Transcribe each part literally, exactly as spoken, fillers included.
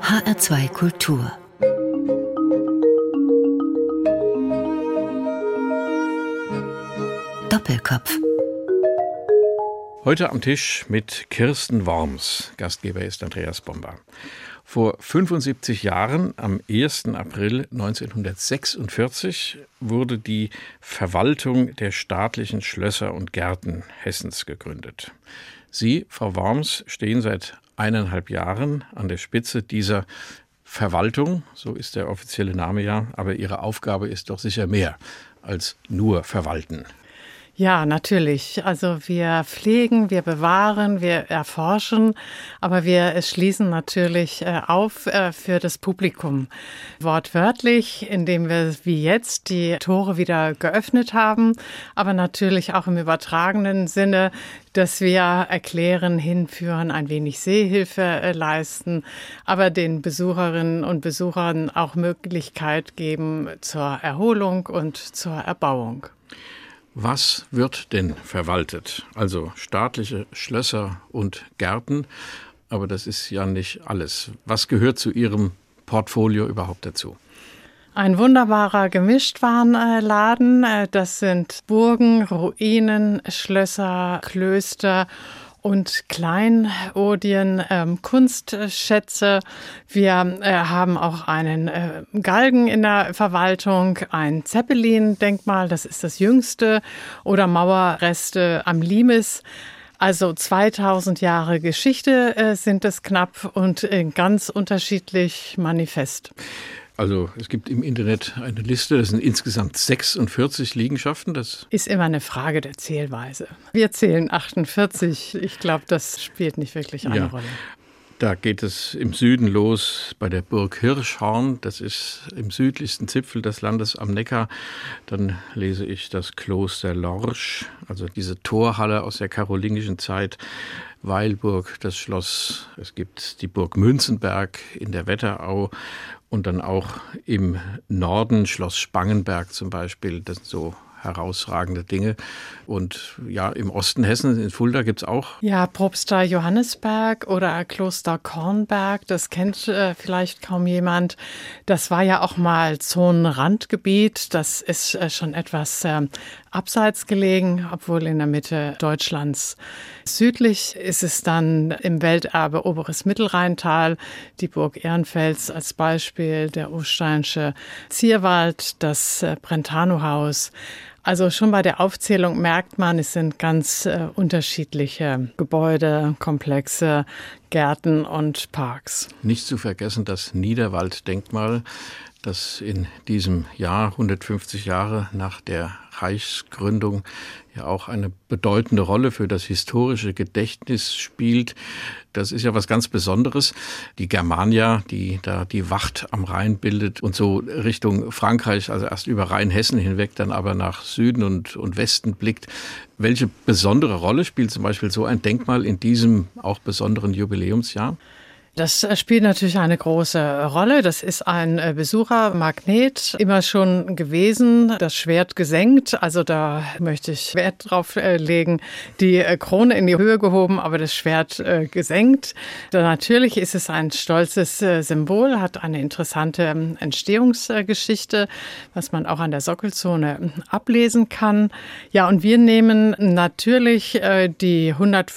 H R zwei Kultur. Doppelkopf. Heute am Tisch mit Kirsten Worms. Gastgeber ist Andreas Bomba. Vor fünfundsiebzig Jahren, am ersten April neunzehnhundertsechsundvierzig, wurde die Verwaltung der staatlichen Schlösser und Gärten Hessens gegründet. Sie, Frau Worms, stehen seit eineinhalb Jahren an der Spitze dieser Verwaltung, so ist der offizielle Name ja, aber Ihre Aufgabe ist doch sicher mehr als nur verwalten. Ja, natürlich. Also wir pflegen, wir bewahren, wir erforschen, aber wir schließen natürlich auf für das Publikum. Wortwörtlich, indem wir wie jetzt die Tore wieder geöffnet haben, aber natürlich auch im übertragenen Sinne, dass wir erklären, hinführen, ein wenig Sehhilfe leisten, aber den Besucherinnen und Besuchern auch Möglichkeit geben zur Erholung und zur Erbauung. Was wird denn verwaltet? Also staatliche Schlösser und Gärten, aber das ist ja nicht alles. Was gehört zu Ihrem Portfolio überhaupt dazu? Ein wunderbarer Gemischtwarenladen. Das sind Burgen, Ruinen, Schlösser, Klöster und Kleinodien, ähm, Kunstschätze. Wir äh, haben auch einen äh, Galgen in der Verwaltung, ein Zeppelin-Denkmal, das ist das jüngste, oder Mauerreste am Limes. Also zweitausend Jahre Geschichte äh, sind es knapp und äh, ganz unterschiedlich manifest. Also es gibt im Internet eine Liste, das sind insgesamt sechsundvierzig Liegenschaften. Das ist immer eine Frage der Zählweise. Wir zählen achtundvierzig. Ich glaube, das spielt nicht wirklich eine ja. Rolle. Da geht es im Süden los bei der Burg Hirschhorn. Das ist im südlichsten Zipfel des Landes am Neckar. Dann lese ich das Kloster Lorsch, also diese Torhalle aus der karolingischen Zeit. Weilburg, das Schloss. Es gibt die Burg Münzenberg in der Wetterau. Und dann auch im Norden Schloss Spangenberg zum Beispiel. Das sind so herausragende Dinge. Und ja, im Osten Hessen, in Fulda, gibt es auch. Ja, Propstei Johannisberg oder Kloster Kornberg, das kennt äh, vielleicht kaum jemand. Das war ja auch mal Zonenrandgebiet. Das ist äh, schon etwas äh, abseits gelegen, obwohl in der Mitte Deutschlands. Südlich ist es dann im Welterbe Oberes Mittelrheintal, die Burg Ehrenfels als Beispiel, der Oststeinsche Zierwald, das äh, Brentanohaus. Also schon bei der Aufzählung merkt man, es sind ganz äh, unterschiedliche Gebäude, Komplexe, Gärten und Parks. Nicht zu vergessen das Niederwalddenkmal, das in diesem Jahr, hundertfünfzig Jahre nach der Reichsgründung, ja auch eine bedeutende Rolle für das historische Gedächtnis spielt. Das ist ja was ganz Besonderes. Die Germania, die da die Wacht am Rhein bildet und so Richtung Frankreich, also erst über Rheinhessen hinweg, dann aber nach Süden und, und Westen blickt. Welche besondere Rolle spielt zum Beispiel so ein Denkmal in diesem auch besonderen Jubiläumsjahr? Das spielt natürlich eine große Rolle. Das ist ein Besuchermagnet immer schon gewesen. Das Schwert gesenkt, also da möchte ich Wert drauf legen. Die Krone in die Höhe gehoben, aber das Schwert gesenkt. Da natürlich ist es ein stolzes Symbol, hat eine interessante Entstehungsgeschichte, was man auch an der Sockelzone ablesen kann. Ja, und wir nehmen natürlich die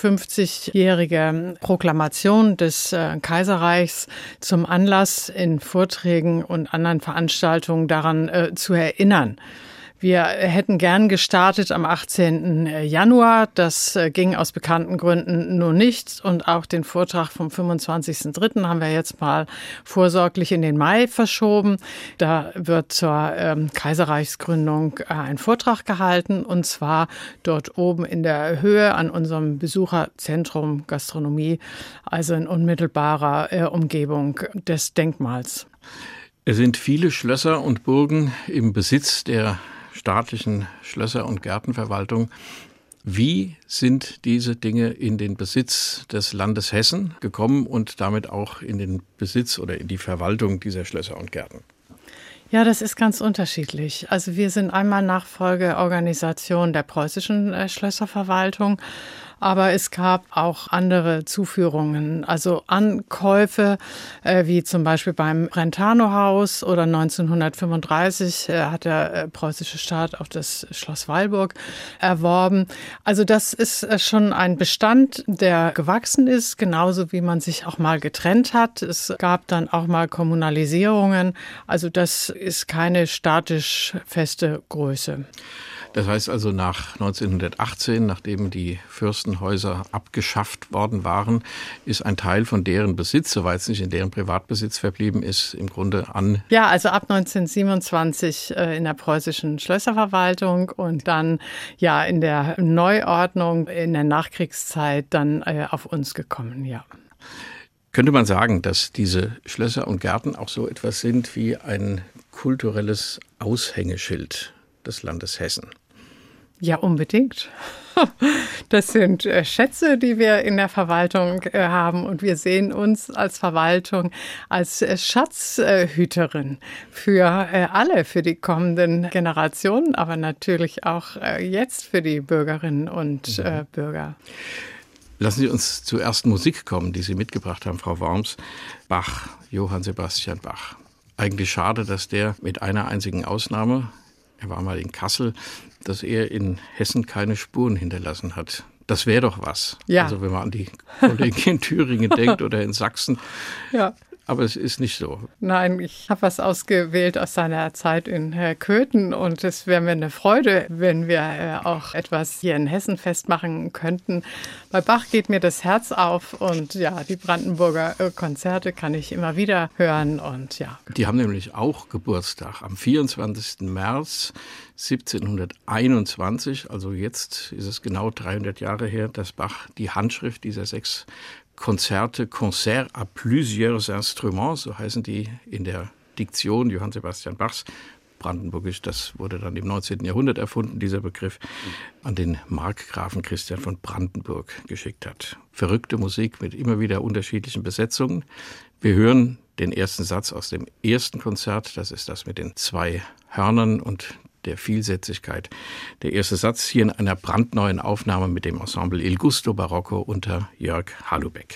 hundertfünfzigjährige Proklamation des Kaiserreichs zum Anlass, in Vorträgen und anderen Veranstaltungen daran äh, zu erinnern. Wir hätten gern gestartet am achtzehnten Januar. Das ging aus bekannten Gründen nur nicht. Und auch den Vortrag vom fünfundzwanzigsten dritten haben wir jetzt mal vorsorglich in den Mai verschoben. Da wird zur ähm, Kaiserreichsgründung äh, ein Vortrag gehalten. Und zwar dort oben in der Höhe an unserem Besucherzentrum Gastronomie, also in unmittelbarer äh, Umgebung des Denkmals. Es sind viele Schlösser und Burgen im Besitz der staatlichen Schlösser- und Gärtenverwaltung. Wie sind diese Dinge in den Besitz des Landes Hessen gekommen und damit auch in den Besitz oder in die Verwaltung dieser Schlösser und Gärten? Ja, das ist ganz unterschiedlich. Also wir sind einmal Nachfolgeorganisation der preußischen äh, Schlösserverwaltung. aber es gab auch andere Zuführungen, also Ankäufe, äh, wie zum Beispiel beim Brentano-Haus oder neunzehnhundertfünfunddreißig äh, hat der äh, preußische Staat auch das Schloss Weilburg erworben. Also das ist äh, schon ein Bestand, der gewachsen ist, genauso wie man sich auch mal getrennt hat. Es gab dann auch mal Kommunalisierungen. Also das ist keine statisch feste Größe. Das heißt also, nach neunzehnhundertachtzehn, nachdem die Fürstenhäuser abgeschafft worden waren, ist ein Teil von deren Besitz, soweit es nicht in deren Privatbesitz verblieben ist, im Grunde an... Ja, also ab neunzehnhundertsiebenundzwanzig äh, in der preußischen Schlösserverwaltung und dann ja in der Neuordnung in der Nachkriegszeit dann äh, auf uns gekommen, ja. Könnte man sagen, dass diese Schlösser und Gärten auch so etwas sind wie ein kulturelles Aushängeschild des Landes Hessen? Ja, unbedingt. Das sind äh, Schätze, die wir in der Verwaltung äh, haben und wir sehen uns als Verwaltung als äh, Schatzhüterin für äh, alle, für die kommenden Generationen, aber natürlich auch äh, jetzt für die Bürgerinnen und äh, Bürger. Lassen Sie uns zur ersten Musik kommen, die Sie mitgebracht haben, Frau Worms. Bach, Johann Sebastian Bach. Eigentlich schade, dass der mit einer einzigen Ausnahme, er war mal in Kassel, dass er in Hessen keine Spuren hinterlassen hat. Das wäre doch was. Ja. Also wenn man an die Kollegen in Thüringen denkt oder in Sachsen. Ja. Aber es ist nicht so. Nein, ich habe was ausgewählt aus seiner Zeit in äh, Köthen und es wäre mir eine Freude, wenn wir äh, auch etwas hier in Hessen festmachen könnten. Bei Bach geht mir das Herz auf und ja, die Brandenburger äh, Konzerte kann ich immer wieder hören und ja. Die haben nämlich auch Geburtstag am vierundzwanzigsten März siebzehnhunderteinundzwanzig, also jetzt ist es genau dreihundert Jahre her, dass Bach die Handschrift dieser sechs Konzerte, Concert à plusieurs instruments, so heißen die in der Diktion Johann Sebastian Bachs, brandenburgisch, das wurde dann im neunzehnten Jahrhundert erfunden, dieser Begriff, an den Markgrafen Christian von Brandenburg geschickt hat. Verrückte Musik mit immer wieder unterschiedlichen Besetzungen. Wir hören den ersten Satz aus dem ersten Konzert, das ist das mit den zwei Hörnern und der Vielsätzigkeit. Der erste Satz hier in einer brandneuen Aufnahme mit dem Ensemble Il Gusto Barocco unter Jörg Halubeck.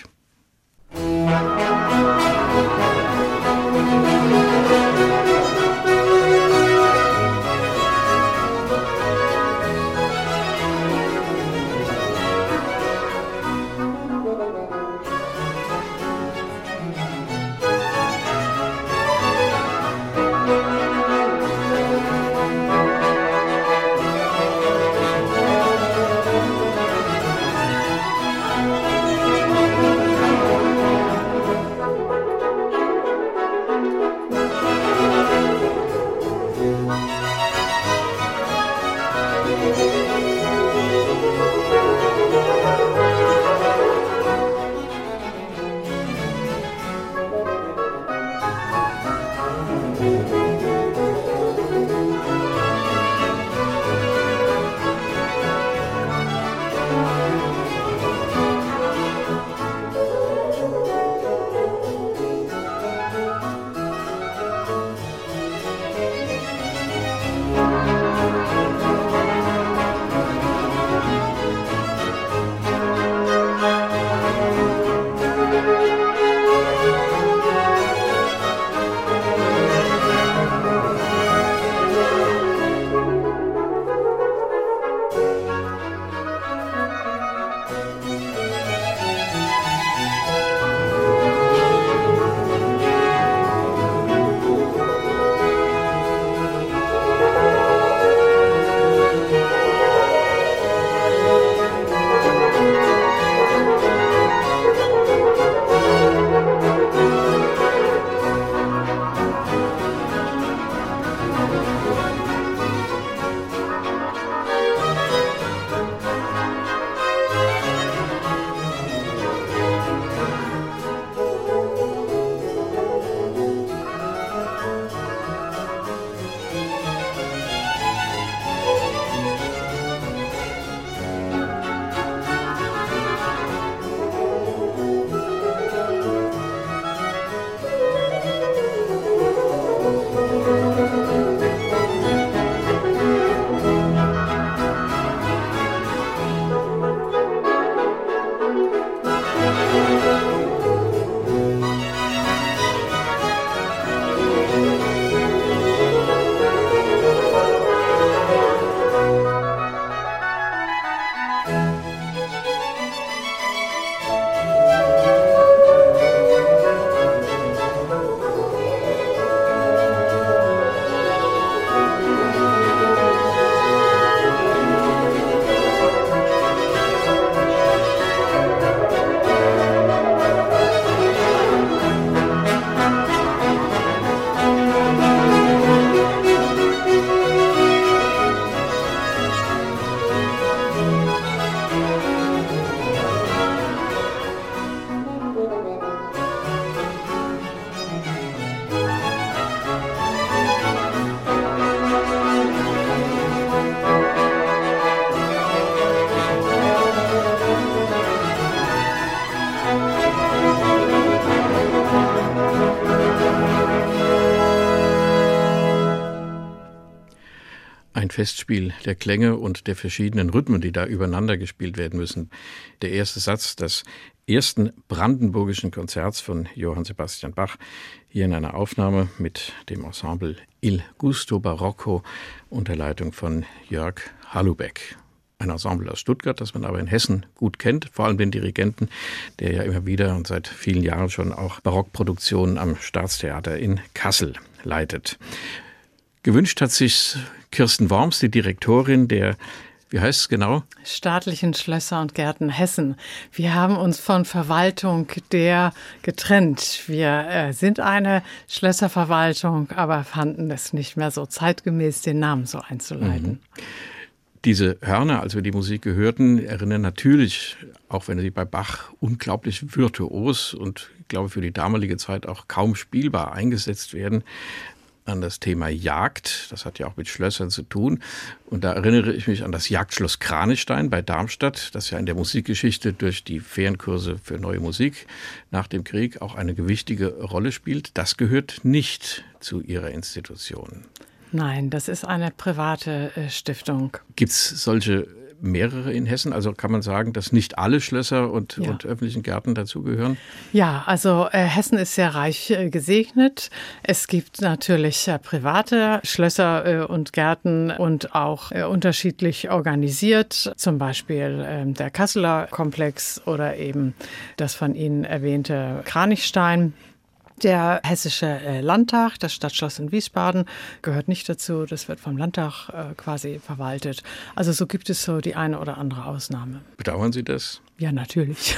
ein Festspiel der Klänge und der verschiedenen Rhythmen, die da übereinander gespielt werden müssen. Der erste Satz des ersten brandenburgischen Konzerts von Johann Sebastian Bach, hier in einer Aufnahme mit dem Ensemble Il Gusto Barocco unter Leitung von Jörg Hallubeck. Ein Ensemble aus Stuttgart, das man aber in Hessen gut kennt, vor allem den Dirigenten, der ja immer wieder und seit vielen Jahren schon auch Barockproduktionen am Staatstheater in Kassel leitet. Gewünscht hat sich Kirsten Worms, die Direktorin der, wie heißt es genau? Staatlichen Schlösser und Gärten Hessen. Wir haben uns von Verwaltung der getrennt. Wir äh, sind eine Schlösserverwaltung, aber fanden es nicht mehr so zeitgemäß, den Namen so einzuleiten. Mhm. Diese Hörner, als wir die Musik gehörten, erinnern natürlich, auch wenn sie bei Bach unglaublich virtuos und ich glaube für die damalige Zeit auch kaum spielbar eingesetzt werden, an das Thema Jagd. Das hat ja auch mit Schlössern zu tun. Und da erinnere ich mich an das Jagdschloss Kranichstein bei Darmstadt, das ja in der Musikgeschichte durch die Ferienkurse für neue Musik nach dem Krieg auch eine gewichtige Rolle spielt. Das gehört nicht zu Ihrer Institution. Nein, das ist eine private äh, Stiftung. Gibt es solche mehrere in Hessen? Also kann man sagen, dass nicht alle Schlösser und, ja. und öffentlichen Gärten dazugehören? Ja, also äh, Hessen ist sehr reich äh, gesegnet. Es gibt natürlich äh, private Schlösser äh, und Gärten und auch äh, unterschiedlich organisiert. Zum Beispiel äh, der Kasseler Komplex oder eben das von Ihnen erwähnte Kranichstein. Der Hessische Landtag, das Stadtschloss in Wiesbaden, gehört nicht dazu. Das wird vom Landtag äh, quasi verwaltet. Also so gibt es so die eine oder andere Ausnahme. Bedauern Sie das? Ja, natürlich.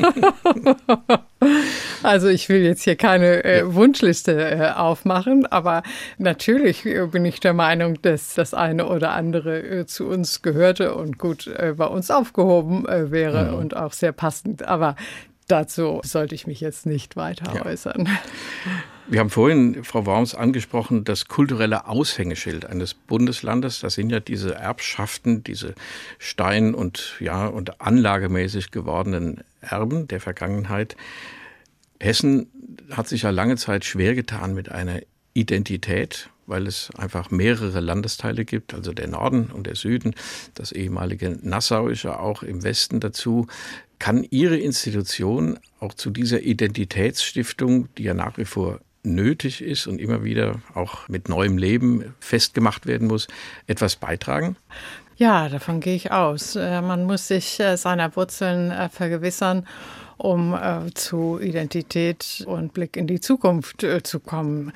Also ich will jetzt hier keine äh, ja. Wunschliste äh, aufmachen, aber natürlich äh, bin ich der Meinung, dass das eine oder andere äh, zu uns gehörte und gut äh, bei uns aufgehoben äh, wäre mhm. und auch sehr passend. Aber dazu sollte ich mich jetzt nicht weiter ja. äußern. Wir haben vorhin, Frau Worms, angesprochen, das kulturelle Aushängeschild eines Bundeslandes. Das sind ja diese Erbschaften, diese stein- und, ja, und anlagemäßig gewordenen Erben der Vergangenheit. Hessen hat sich ja lange Zeit schwer getan mit einer Identität, weil es einfach mehrere Landesteile gibt, also der Norden und der Süden, das ehemalige Nassauische auch im Westen dazu. Kann Ihre Institution auch zu dieser Identitätsstiftung, die ja nach wie vor nötig ist und immer wieder auch mit neuem Leben festgemacht werden muss, etwas beitragen? Ja, davon gehe ich aus. Man muss sich seiner Wurzeln vergewissern, um zu Identität und Blick in die Zukunft zu kommen.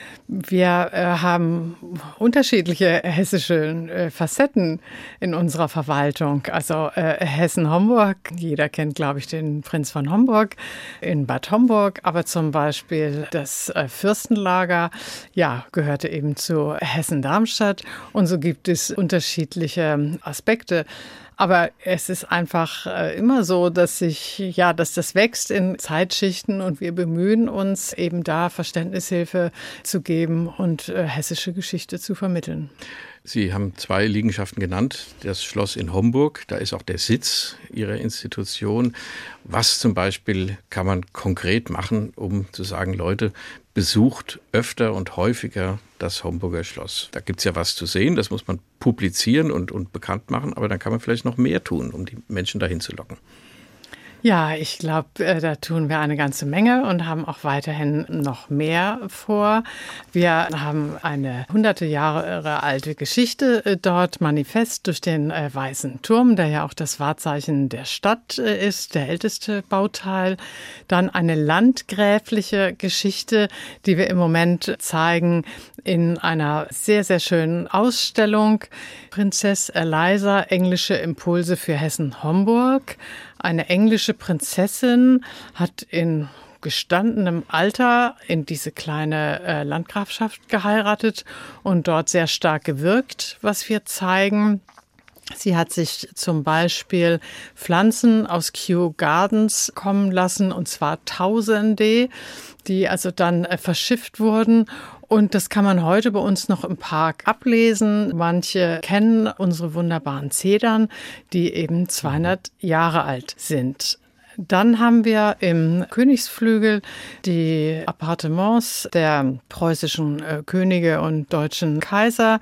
Wir äh, haben unterschiedliche hessische äh, Facetten in unserer Verwaltung. Also äh, Hessen-Homburg, jeder kennt, glaube ich, den Prinz von Homburg in Bad Homburg, aber zum Beispiel das äh, Fürstenlager, ja, gehörte eben zu Hessen-Darmstadt. Und so gibt es unterschiedliche Aspekte. Aber es ist einfach äh, immer so, dass sich, ja, dass das wächst in Zeitschichten und wir bemühen uns eben da Verständnishilfe zu geben und äh, hessische Geschichte zu vermitteln. Sie haben zwei Liegenschaften genannt, das Schloss in Homburg, da ist auch der Sitz Ihrer Institution. Was zum Beispiel kann man konkret machen, um zu sagen, Leute, besucht öfter und häufiger das Homburger Schloss. Da gibt es ja was zu sehen, das muss man publizieren und, und bekannt machen, aber dann kann man vielleicht noch mehr tun, um die Menschen dahin zu locken. Ja, ich glaube, da tun wir eine ganze Menge und haben auch weiterhin noch mehr vor. Wir haben eine hunderte Jahre alte Geschichte dort, Manifest durch den äh, Weißen Turm, der ja auch das Wahrzeichen der Stadt äh, ist, der älteste Bauteil. Dann eine landgräfliche Geschichte, die wir im Moment zeigen in einer sehr, sehr schönen Ausstellung. Prinzess Eliza, englische Impulse für Hessen-Homburg. Eine englische Prinzessin hat in gestandenem Alter in diese kleine äh, Landgrafschaft geheiratet und dort sehr stark gewirkt, was wir zeigen. Sie hat sich zum Beispiel Pflanzen aus Kew Gardens kommen lassen, und zwar Tausende, die also dann äh, verschifft wurden. Und das kann man heute bei uns noch im Park ablesen. Manche kennen unsere wunderbaren Zedern, die eben zweihundert Jahre alt sind. Dann haben wir im Königsflügel die Appartements der preußischen äh, Könige und deutschen Kaiser.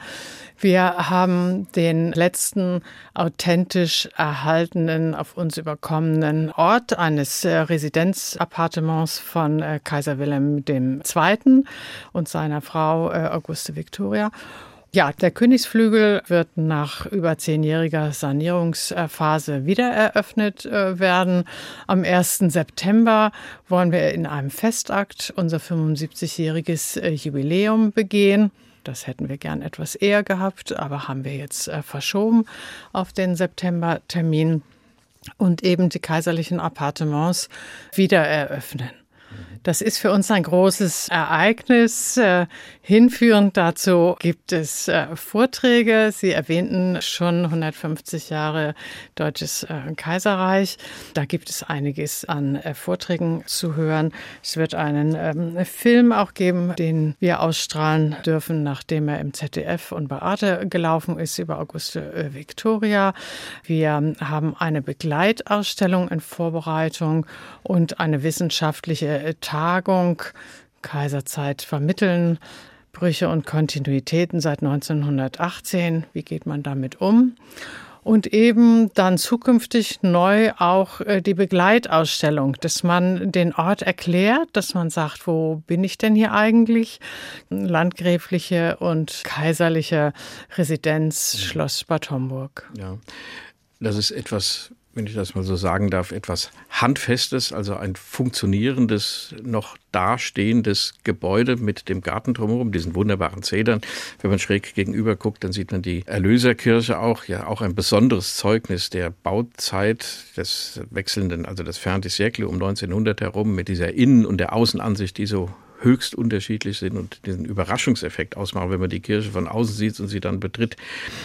Wir haben den letzten authentisch erhaltenen, auf uns überkommenen Ort eines äh, Residenzappartements von äh, Kaiser Wilhelm der Zweite. und seiner Frau äh, Auguste Victoria. Ja, der Königsflügel wird nach über zehnjähriger Sanierungsphase wieder eröffnet äh, werden. Am ersten September wollen wir in einem Festakt unser fünfundsiebzigjähriges äh, Jubiläum begehen. Das hätten wir gern etwas eher gehabt, aber haben wir jetzt äh, verschoben auf den Septembertermin und eben die kaiserlichen Appartements wieder eröffnen. Das ist für uns ein großes Ereignis. Äh, hinführend dazu gibt es äh, Vorträge. Sie erwähnten schon hundertfünfzig Jahre Deutsches äh, Kaiserreich. Da gibt es einiges an äh, Vorträgen zu hören. Es wird einen ähm, Film auch geben, den wir ausstrahlen dürfen, nachdem er im Z D F und bei Arte gelaufen ist, über Auguste äh, Victoria. Wir haben eine Begleitausstellung in Vorbereitung und eine wissenschaftliche Tagung, Kaiserzeit vermitteln, Brüche und Kontinuitäten seit neunzehnhundertachtzehn. Wie geht man damit um? Und eben dann zukünftig neu auch die Begleitausstellung, dass man den Ort erklärt, dass man sagt, wo bin ich denn hier eigentlich? Landgräfliche und kaiserliche Residenz, Schloss Bad Homburg. Ja, das ist etwas, wenn ich das mal so sagen darf, etwas Handfestes, also ein funktionierendes, noch dastehendes Gebäude mit dem Garten drumherum, diesen wunderbaren Zedern. Wenn man schräg gegenüber guckt, dann sieht man die Erlöserkirche auch, ja auch ein besonderes Zeugnis der Bauzeit des wechselnden, also des Fin de siècle um neunzehnhundert herum, mit dieser Innen- und der Außenansicht, die so höchst unterschiedlich sind und diesen Überraschungseffekt ausmachen, wenn man die Kirche von außen sieht und sie dann betritt.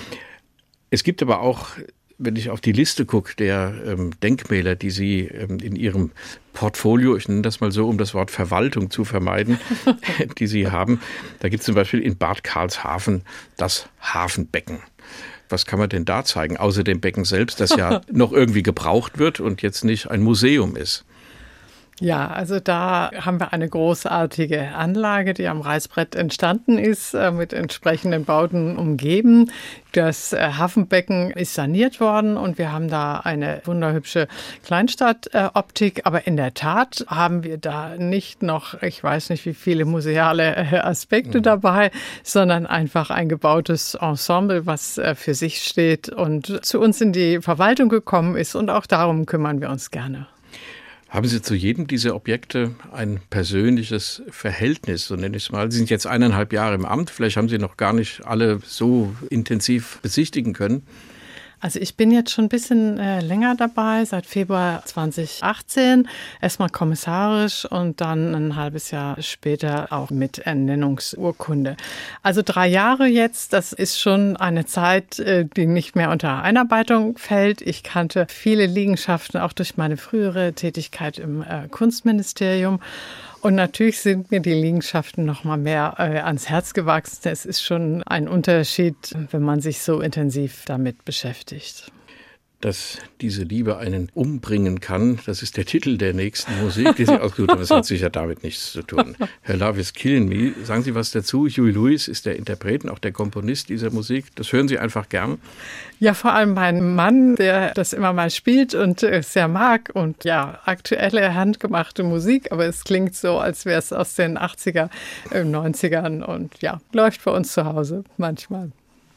Es gibt aber auch, wenn ich auf die Liste gucke, der ähm, Denkmäler, die Sie ähm, in Ihrem Portfolio, ich nenne das mal so, um das Wort Verwaltung zu vermeiden, die Sie haben, da gibt es zum Beispiel in Bad Karlshafen das Hafenbecken. Was kann man denn da zeigen, außer dem Becken selbst, das ja noch irgendwie gebraucht wird und jetzt nicht ein Museum ist? Ja, also da haben wir eine großartige Anlage, die am Reißbrett entstanden ist, mit entsprechenden Bauten umgeben. Das Hafenbecken ist saniert worden und wir haben da eine wunderhübsche Kleinstadtoptik. Aber in der Tat haben wir da nicht noch, ich weiß nicht wie viele museale Aspekte dabei, sondern einfach ein gebautes Ensemble, was für sich steht und zu uns in die Verwaltung gekommen ist. Und auch darum kümmern wir uns gerne. Haben Sie zu jedem dieser Objekte ein persönliches Verhältnis, so nenne ich es mal? Sie sind jetzt eineinhalb Jahre im Amt, vielleicht haben Sie noch gar nicht alle so intensiv besichtigen können. Also ich bin jetzt schon ein bisschen äh, länger dabei, seit Februar zweitausendachtzehn, erstmal kommissarisch und dann ein halbes Jahr später auch mit Ernennungsurkunde. Also drei Jahre jetzt, das ist schon eine Zeit, äh, die nicht mehr unter Einarbeitung fällt. Ich kannte viele Liegenschaften auch durch meine frühere Tätigkeit im äh, Kunstministerium. Und natürlich sind mir die Liegenschaften noch mal mehr äh, ans Herz gewachsen. Es ist schon ein Unterschied, wenn man sich so intensiv damit beschäftigt. Dass diese Liebe einen umbringen kann, das ist der Titel der nächsten Musik, die Sie ausgesucht haben. Das hat sicher damit nichts zu tun. Her Love is Killing Me, sagen Sie was dazu? Huey Lewis ist der Interpret und auch der Komponist dieser Musik. Das hören Sie einfach gern. Ja, vor allem mein Mann, der das immer mal spielt und es sehr mag. Und ja, aktuelle, handgemachte Musik, aber es klingt so, als wäre es aus den achtziger, neunzigern und ja, läuft bei uns zu Hause manchmal.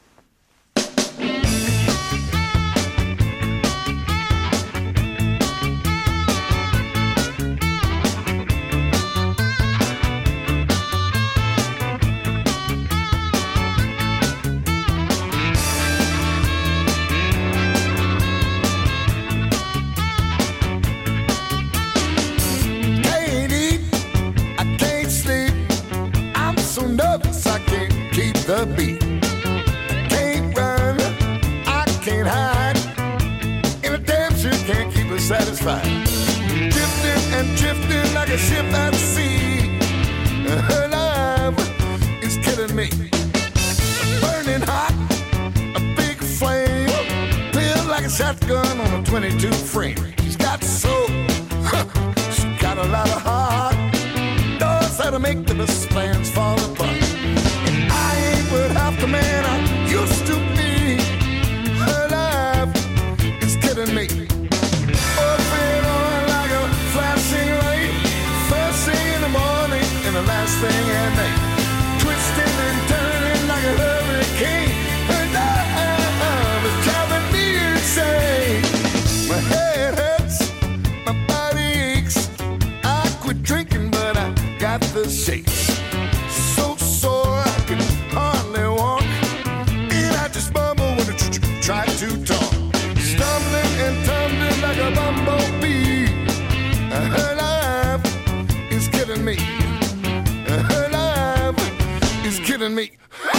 The beat. I can't run, I can't hide. In a damn sure can't keep us satisfied. Drifting and drifting like a ship at sea. Her love is killing me. Burning hot, a big flame. Feel like a shotgun on a twenty-two frame. She's got soul, She got a lot of heart, knows how to make the best plans fall apart. And I ain't with half the man I used to be. Her life is killing me. Off and on like a flashing light, first thing in the morning and the last thing at night. Twisting and turning like a hurricane. Her love is driving me insane. My head hurts, my body aches. I quit drinking, but I got the shakes. So sore I can hardly walk, and I just mumble when I tr- tr- try to talk. Stumbling and tumbling like a bumblebee. Her life is killing me. Her life is killing me.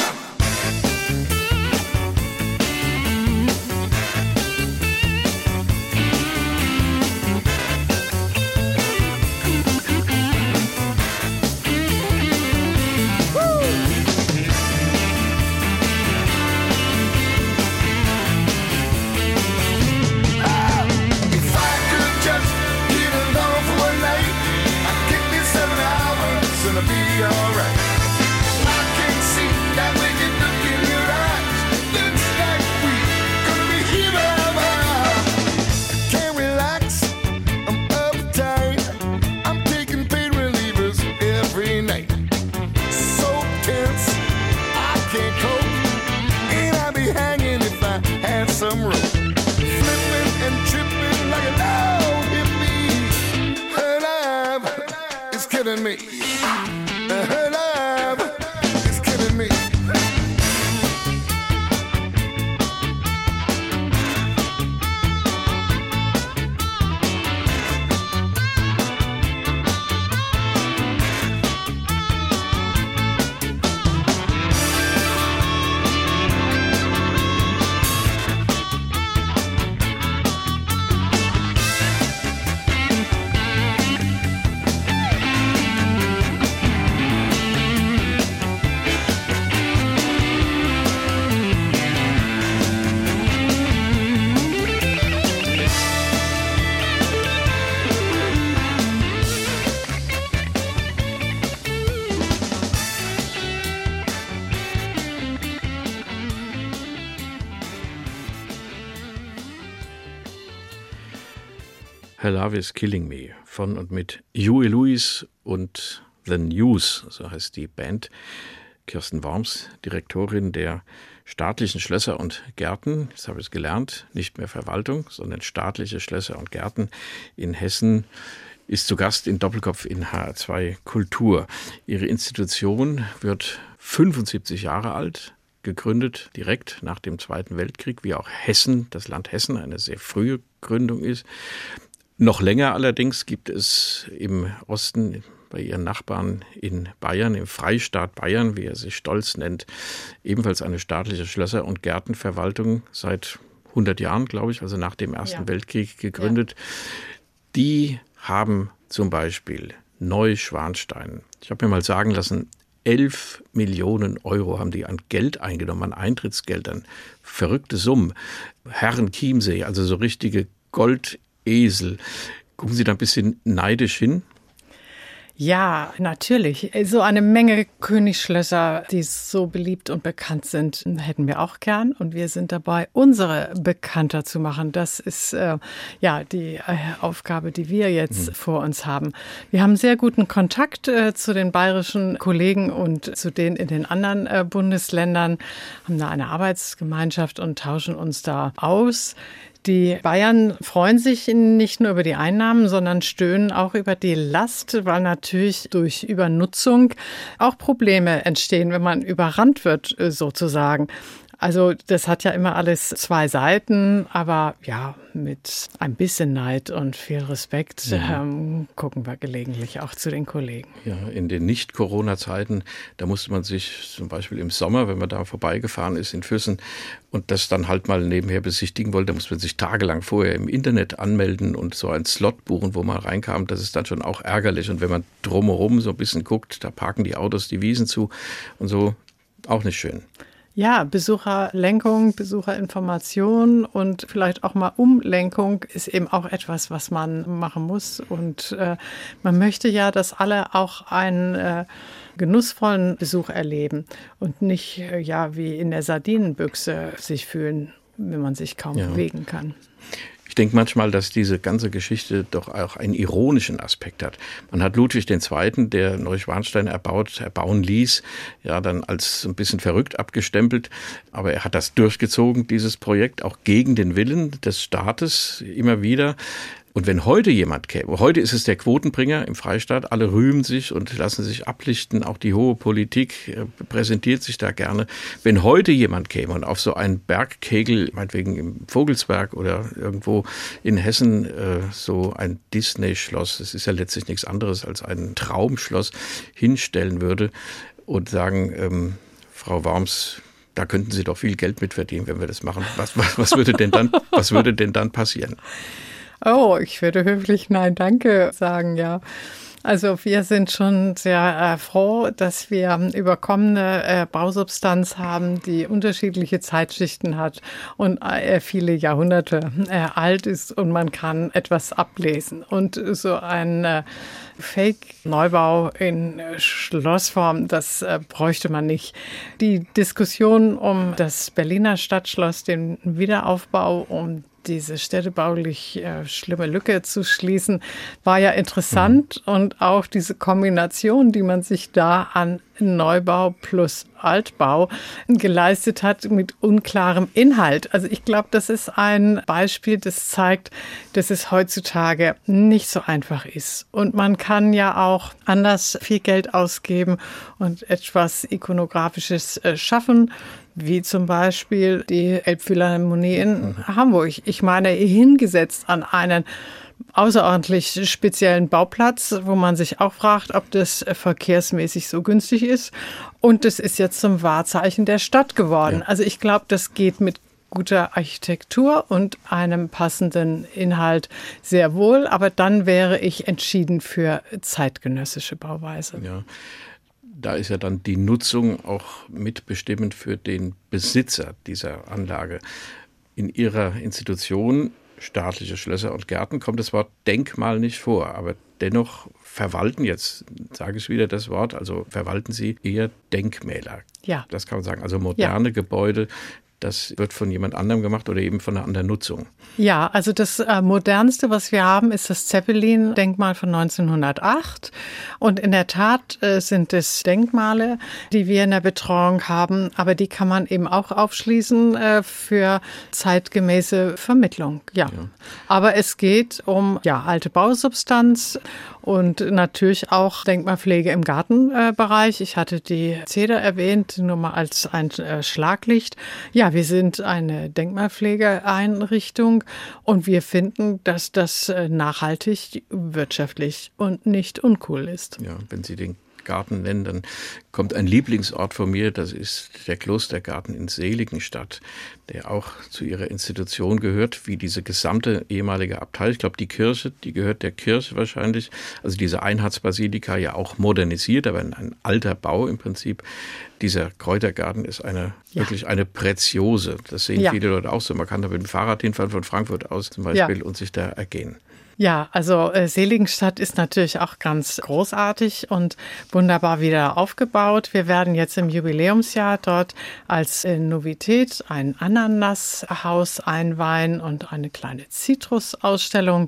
Me. Her love is killing me. Her Love is Killing Me von und mit Huey Lewis und The News, so heißt die Band. Kirsten Worms, Direktorin der staatlichen Schlösser und Gärten, das habe ich gelernt, nicht mehr Verwaltung, sondern staatliche Schlösser und Gärten in Hessen, ist zu Gast in Doppelkopf in H R zwei Kultur. Ihre Institution wird fünfundsiebzig Jahre alt, gegründet direkt nach dem Zweiten Weltkrieg, wie auch Hessen, das Land Hessen, eine sehr frühe Gründung ist. Noch länger allerdings gibt es im Osten bei ihren Nachbarn in Bayern, im Freistaat Bayern, wie er sich stolz nennt, ebenfalls eine staatliche Schlösser- und Gärtenverwaltung seit hundert Jahren, glaube ich, also nach dem Ersten ja. Weltkrieg gegründet. Ja. Die haben zum Beispiel Neuschwanstein. Ich habe mir mal sagen lassen, elf Millionen Euro haben die an Geld eingenommen, an Eintrittsgeldern. Verrückte Summen. Herrenchiemsee, also so richtige Goldesel. Gucken Sie da ein bisschen neidisch hin? Ja, natürlich. So eine Menge Königsschlösser, die so beliebt und bekannt sind, hätten wir auch gern. Und wir sind dabei, unsere bekannter zu machen. Das ist äh, ja die äh, Aufgabe, die wir jetzt mhm. vor uns haben. Wir haben sehr guten Kontakt äh, zu den bayerischen Kollegen und zu denen in den anderen äh, Bundesländern, haben da eine Arbeitsgemeinschaft und tauschen uns da aus. Die Bayern freuen sich nicht nur über die Einnahmen, sondern stöhnen auch über die Last, weil natürlich durch Übernutzung auch Probleme entstehen, wenn man überrannt wird sozusagen. Also das hat ja immer alles zwei Seiten, aber ja, mit ein bisschen Neid und viel Respekt ja. ähm, gucken wir gelegentlich auch zu den Kollegen. Ja, in den Nicht-Corona-Zeiten, da musste man sich zum Beispiel im Sommer, wenn man da vorbeigefahren ist in Füssen und das dann halt mal nebenher besichtigen wollte, da musste man sich tagelang vorher im Internet anmelden und so einen Slot buchen, wo man reinkam. Das ist dann schon auch ärgerlich. Und wenn man drumherum so ein bisschen guckt, da parken die Autos die Wiesen zu und so, auch nicht schön. Ja, Besucherlenkung, Besucherinformation und vielleicht auch mal Umlenkung ist eben auch etwas, was man machen muss. Und äh, man möchte ja, dass alle auch einen äh, genussvollen Besuch erleben und nicht äh, ja wie in der Sardinenbüchse sich fühlen, wenn man sich kaum ja. bewegen kann. Ich denke manchmal, dass diese ganze Geschichte doch auch einen ironischen Aspekt hat. Man hat Ludwig der Zweite., der Neuschwanstein erbaut, erbauen ließ, ja dann als ein bisschen verrückt abgestempelt. Aber er hat das durchgezogen, dieses Projekt, auch gegen den Willen des Staates immer wieder. Und wenn heute jemand käme, heute ist es der Quotenbringer im Freistaat, alle rühmen sich und lassen sich ablichten, auch die hohe Politik äh, präsentiert sich da gerne. Wenn heute jemand käme und auf so einen Bergkegel, meinetwegen im Vogelsberg oder irgendwo in Hessen, äh, so ein Disney-Schloss, das ist ja letztlich nichts anderes als ein Traumschloss, hinstellen würde und sagen, ähm, Frau Worms, da könnten Sie doch viel Geld mit verdienen, wenn wir das machen. Was, was, was würde denn dann, was würde denn dann passieren? Oh, ich würde höflich Nein, danke sagen, ja. Also wir sind schon sehr äh, froh, dass wir überkommene äh, Bausubstanz haben, die unterschiedliche Zeitschichten hat und äh, viele Jahrhunderte äh, alt ist und man kann etwas ablesen. Und so ein äh, Fake-Neubau in äh, Schlossform, das äh, bräuchte man nicht. Die Diskussion um das Berliner Stadtschloss, den Wiederaufbau, um diese städtebaulich äh, schlimme Lücke zu schließen, war ja interessant. Mhm. Und auch diese Kombination, die man sich da an Neubau plus Altbau geleistet hat mit unklarem Inhalt. Also ich glaube, das ist ein Beispiel, das zeigt, dass es heutzutage nicht so einfach ist. Und man kann ja auch anders viel Geld ausgeben und etwas Ikonografisches äh, schaffen, wie zum Beispiel die Elbphilharmonie in Hamburg. Ich meine, hingesetzt an einen außerordentlich speziellen Bauplatz, wo man sich auch fragt, ob das verkehrsmäßig so günstig ist. Und es ist jetzt zum Wahrzeichen der Stadt geworden. Ja. Also ich glaube, das geht mit guter Architektur und einem passenden Inhalt sehr wohl. Aber dann wäre ich entschieden für zeitgenössische Bauweise. Ja. Da ist ja dann die Nutzung auch mitbestimmend für den Besitzer dieser Anlage. In Ihrer Institution, staatliche Schlösser und Gärten, kommt das Wort Denkmal nicht vor. Aber dennoch verwalten, jetzt sage ich wieder das Wort, also verwalten Sie eher Denkmäler. Ja. Das kann man sagen. Also moderne ja. Gebäude, das wird von jemand anderem gemacht oder eben von einer anderen Nutzung. Ja, also das äh, Modernste, was wir haben, ist das Zeppelin-Denkmal von neunzehnhundertacht. Und in der Tat äh, sind es Denkmale, die wir in der Betreuung haben. Aber die kann man eben auch aufschließen äh, für zeitgemäße Vermittlung. Ja. ja. Aber es geht um ja, alte Bausubstanz und natürlich auch Denkmalpflege im Gartenbereich. Ich hatte die Zeder erwähnt, nur mal als ein äh, Schlaglicht. Ja, wir sind eine Denkmalpflegeeinrichtung und wir finden, dass das nachhaltig, wirtschaftlich und nicht uncool ist. Ja, wenn Sie den Garten nennen, dann kommt ein Lieblingsort von mir, das ist der Klostergarten in Seligenstadt, der auch zu ihrer Institution gehört, wie diese gesamte ehemalige Abtei. Ich glaube, die Kirche, die gehört der Kirche wahrscheinlich, also diese Einheitsbasilika ja auch modernisiert, aber ein alter Bau im Prinzip. Dieser Kräutergarten ist eine ja. wirklich eine Preziose. Das sehen ja. viele Leute auch so. Man kann da mit dem Fahrrad hinfahren von Frankfurt aus zum Beispiel ja. und sich da ergehen. Ja, also äh, Seligenstadt ist natürlich auch ganz großartig und wunderbar wieder aufgebaut. Wir werden jetzt im Jubiläumsjahr dort als äh, Novität ein Ananashaus einweihen und eine kleine Zitrusausstellung.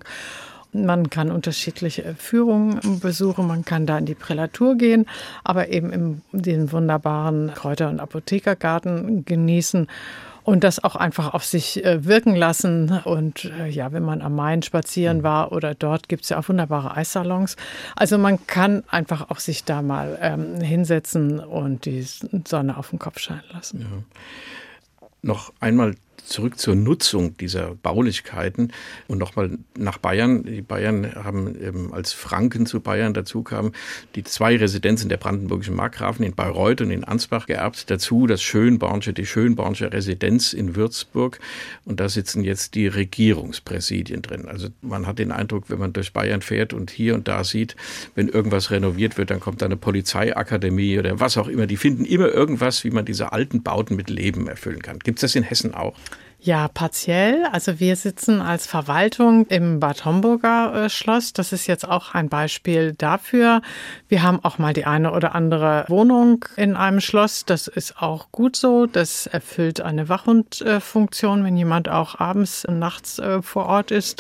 Man kann unterschiedliche Führungen besuchen, man kann da in die Prälatur gehen, aber eben in den wunderbaren Kräuter- und Apothekergarten genießen. Und das auch einfach auf sich wirken lassen. Und ja, wenn man am Main spazieren war oder dort gibt es ja auch wunderbare Eissalons. Also man kann einfach auch sich da mal ähm, hinsetzen und die Sonne auf den Kopf scheinen lassen. Ja. Noch einmal zurück zur Nutzung dieser Baulichkeiten und nochmal nach Bayern. Die Bayern haben eben, als Franken zu Bayern dazu kamen, die zwei Residenzen der brandenburgischen Markgrafen in Bayreuth und in Ansbach geerbt. Dazu das Schönborn'sche, die Schönborn'sche Residenz in Würzburg. Und da sitzen jetzt die Regierungspräsidien drin. Also man hat den Eindruck, wenn man durch Bayern fährt und hier und da sieht, wenn irgendwas renoviert wird, dann kommt da eine Polizeiakademie oder was auch immer. Die finden immer irgendwas, wie man diese alten Bauten mit Leben erfüllen kann. Gibt es das in Hessen auch? Ja, partiell. Also wir sitzen als Verwaltung im Bad Homburger äh, Schloss. Das ist jetzt auch ein Beispiel dafür. Wir haben auch mal die eine oder andere Wohnung in einem Schloss. Das ist auch gut so. Das erfüllt eine Wachhundfunktion, wenn jemand auch abends und nachts äh, vor Ort ist.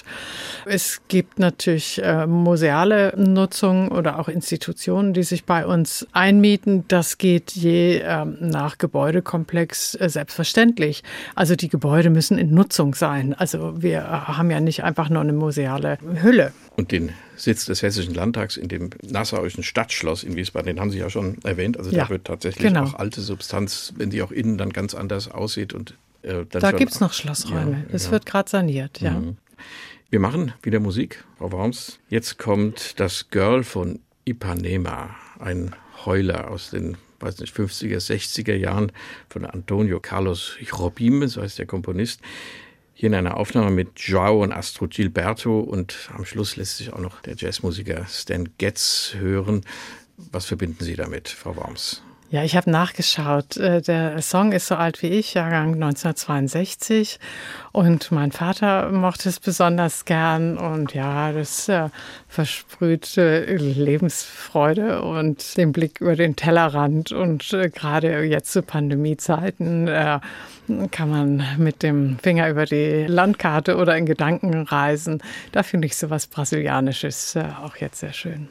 Es gibt natürlich äh, museale Nutzung oder auch Institutionen, die sich bei uns einmieten. Das geht je äh, nach Gebäudekomplex äh, selbstverständlich. Also die Gebäude müssen in Nutzung sein. Also wir haben ja nicht einfach nur eine museale Hülle. Und den Sitz des Hessischen Landtags in dem nassauischen Stadtschloss in Wiesbaden, den haben Sie ja schon erwähnt. Also ja, da wird tatsächlich genau. auch alte Substanz, wenn die auch innen dann ganz anders aussieht. Und, äh, dann da gibt es noch Schlossräume. Ja, das ja. wird gerade saniert, ja. Mhm. Wir machen wieder Musik, Frau Worms. Jetzt kommt das Girl von Ipanema, ein Heuler aus den weiß nicht, fünfziger, sechziger Jahren von Antonio Carlos Jobim, so heißt der Komponist. Hier in einer Aufnahme mit João und Astrid Gilberto und am Schluss lässt sich auch noch der Jazzmusiker Stan Getz hören. Was verbinden Sie damit, Frau Worms? Ja, ich habe nachgeschaut. Der Song ist so alt wie ich, Jahrgang neunzehnhundertzweiundsechzig. Und mein Vater mochte es besonders gern. Und ja, das äh, versprüht äh, Lebensfreude und den Blick über den Tellerrand. Und äh, gerade jetzt zu Pandemiezeiten äh, kann man mit dem Finger über die Landkarte oder in Gedanken reisen. Da finde ich sowas Brasilianisches äh, auch jetzt sehr schön.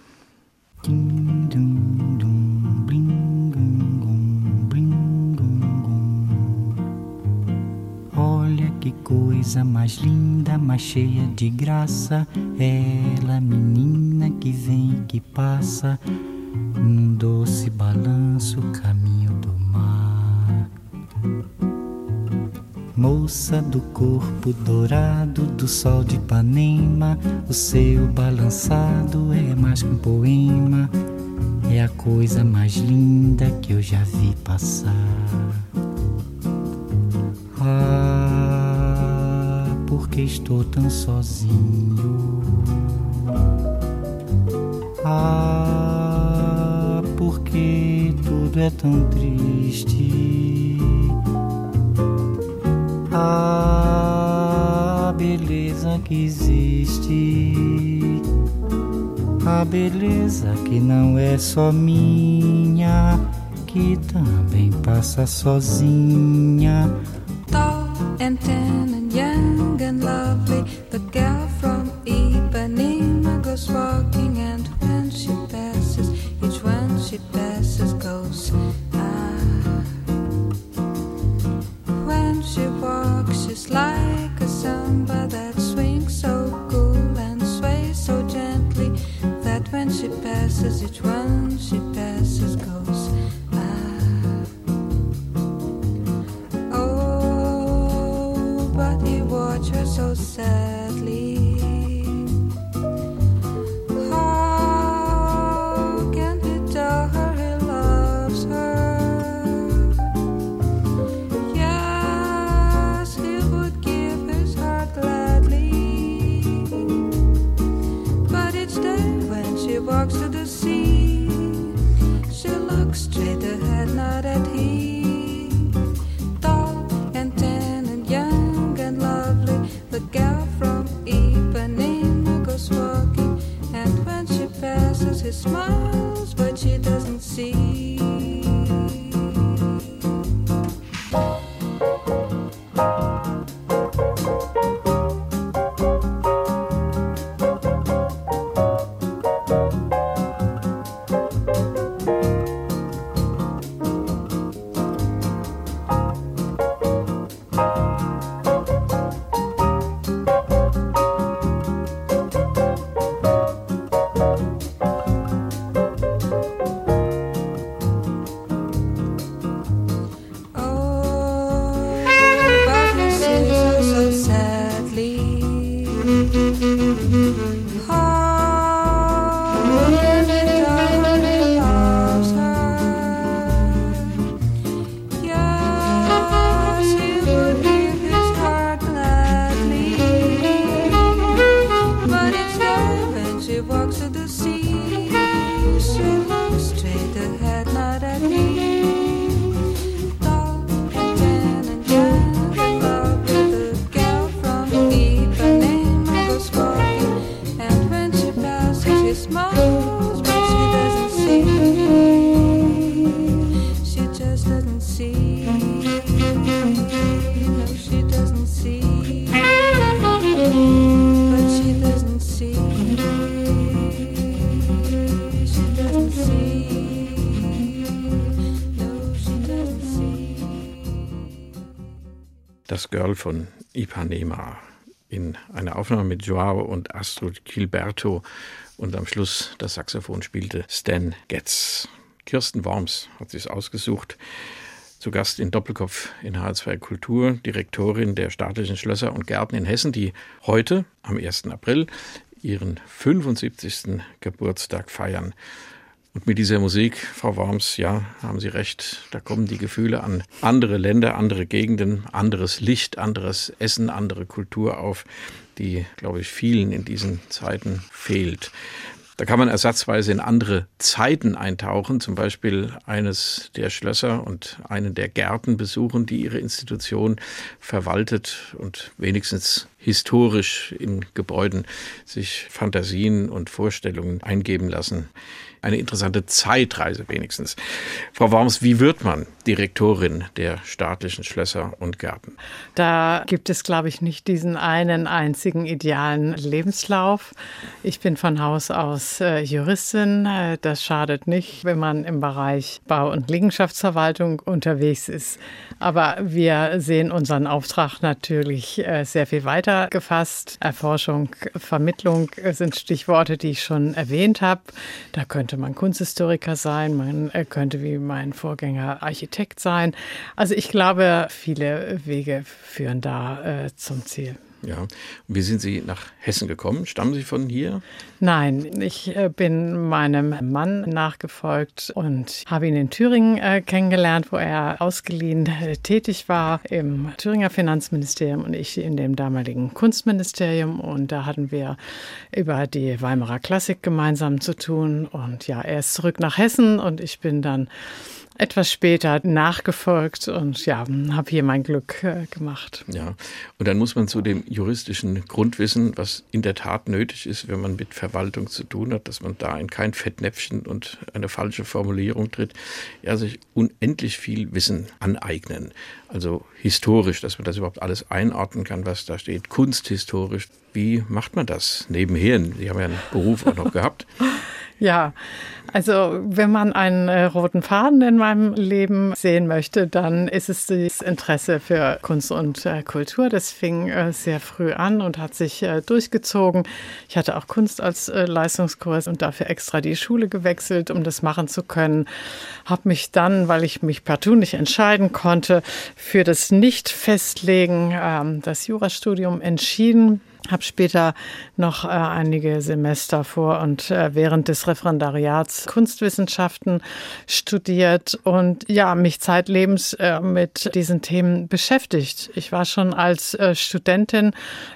Ding, dum, dum, bling. Olha que coisa mais linda, mais cheia de graça. Ela, menina que vem e que passa, num doce balanço, caminho do mar. Moça do corpo dourado do sol de Ipanema, o seu balançado é mais que um poema. É a coisa mais linda que eu já vi passar. Ah, porque estou tão sozinho. Ah, porque tudo é tão triste. Ah, beleza que existe. A beleza que não é só minha, que também passa sozinha. Tall and tan and young and lovely, the girl from Ipanema goes walking, and when she passes, each one she passes goes ah. When she walks, she's like a samba that swings so cool and sways so gently, that when she passes, each one she passes goes ah. Oh, but he watched her so sadly. How can he tell her he loves her? Yes, he would give his heart gladly, but each day when she walks to the sea, she looks straight ahead, not at him. Tall and tan and young and lovely, the girl from Ipanema goes walking, and when she passes, he smiles, but she doesn't see. Das Girl von Ipanema in einer Aufnahme mit Joao und Astrid Gilberto und am Schluss das Saxophon spielte Stan Getz. Kirsten Worms hat sich ausgesucht. Zu Gast in Doppelkopf in H zwei Kultur, Direktorin der staatlichen Schlösser und Gärten in Hessen, die heute am ersten April ihren fünfundsiebzigsten Geburtstag feiern. Und mit dieser Musik, Frau Worms, ja, haben Sie recht, da kommen die Gefühle an andere Länder, andere Gegenden, anderes Licht, anderes Essen, andere Kultur auf, die, glaube ich, vielen in diesen Zeiten fehlt. Da kann man ersatzweise in andere Zeiten eintauchen, zum Beispiel eines der Schlösser und einen der Gärten besuchen, die ihre Institution verwaltet und wenigstens historisch in Gebäuden sich Fantasien und Vorstellungen eingeben lassen. Eine interessante Zeitreise wenigstens. Frau Worms, wie wird man Direktorin der staatlichen Schlösser und Gärten? Da gibt es, glaube ich, nicht diesen einen einzigen idealen Lebenslauf. Ich bin von Haus aus äh, Juristin. Das schadet nicht, wenn man im Bereich Bau- und Liegenschaftsverwaltung unterwegs ist. Aber wir sehen unseren Auftrag natürlich äh, sehr viel weiter gefasst. Erforschung, Vermittlung sind Stichworte, die ich schon erwähnt habe. Da könnte man Kunsthistoriker sein, man könnte wie mein Vorgänger Architekt sein. Also ich glaube, viele Wege führen da äh, zum Ziel. Ja. Und wie sind Sie nach Hessen gekommen? Stammen Sie von hier? Nein, ich äh, bin meinem Mann nachgefolgt und habe ihn in Thüringen äh, kennengelernt, wo er ausgeliehen äh, tätig war im Thüringer Finanzministerium und ich in dem damaligen Kunstministerium. Und da hatten wir über die Weimarer Klassik gemeinsam zu tun. Und ja, er ist zurück nach Hessen und ich bin dann etwas später nachgefolgt und ja, habe hier mein Glück äh, gemacht. Ja, und dann muss man zu dem juristischen Grundwissen, was in der Tat nötig ist, wenn man mit Verwaltung zu tun hat, dass man da in kein Fettnäpfchen und eine falsche Formulierung tritt, ja, sich unendlich viel Wissen aneignen. Also historisch, dass man das überhaupt alles einordnen kann, was da steht, kunsthistorisch. Wie macht man das nebenher? Sie haben ja einen Beruf auch noch gehabt. Ja, also wenn man einen äh, roten Faden in meinem Leben sehen möchte, dann ist es das Interesse für Kunst und äh, Kultur. Das fing äh, sehr früh an und hat sich äh, durchgezogen. Ich hatte auch Kunst als äh, Leistungskurs und dafür extra die Schule gewechselt, um das machen zu können. Habe mich dann, weil ich mich partout nicht entscheiden konnte, für das Nicht-Festlegen äh, das Jurastudium entschieden. Habe später noch äh, einige Semester vor und äh, während des Referendariats Kunstwissenschaften studiert und ja, mich zeitlebens äh, mit diesen Themen beschäftigt. Ich war schon als äh, Studentin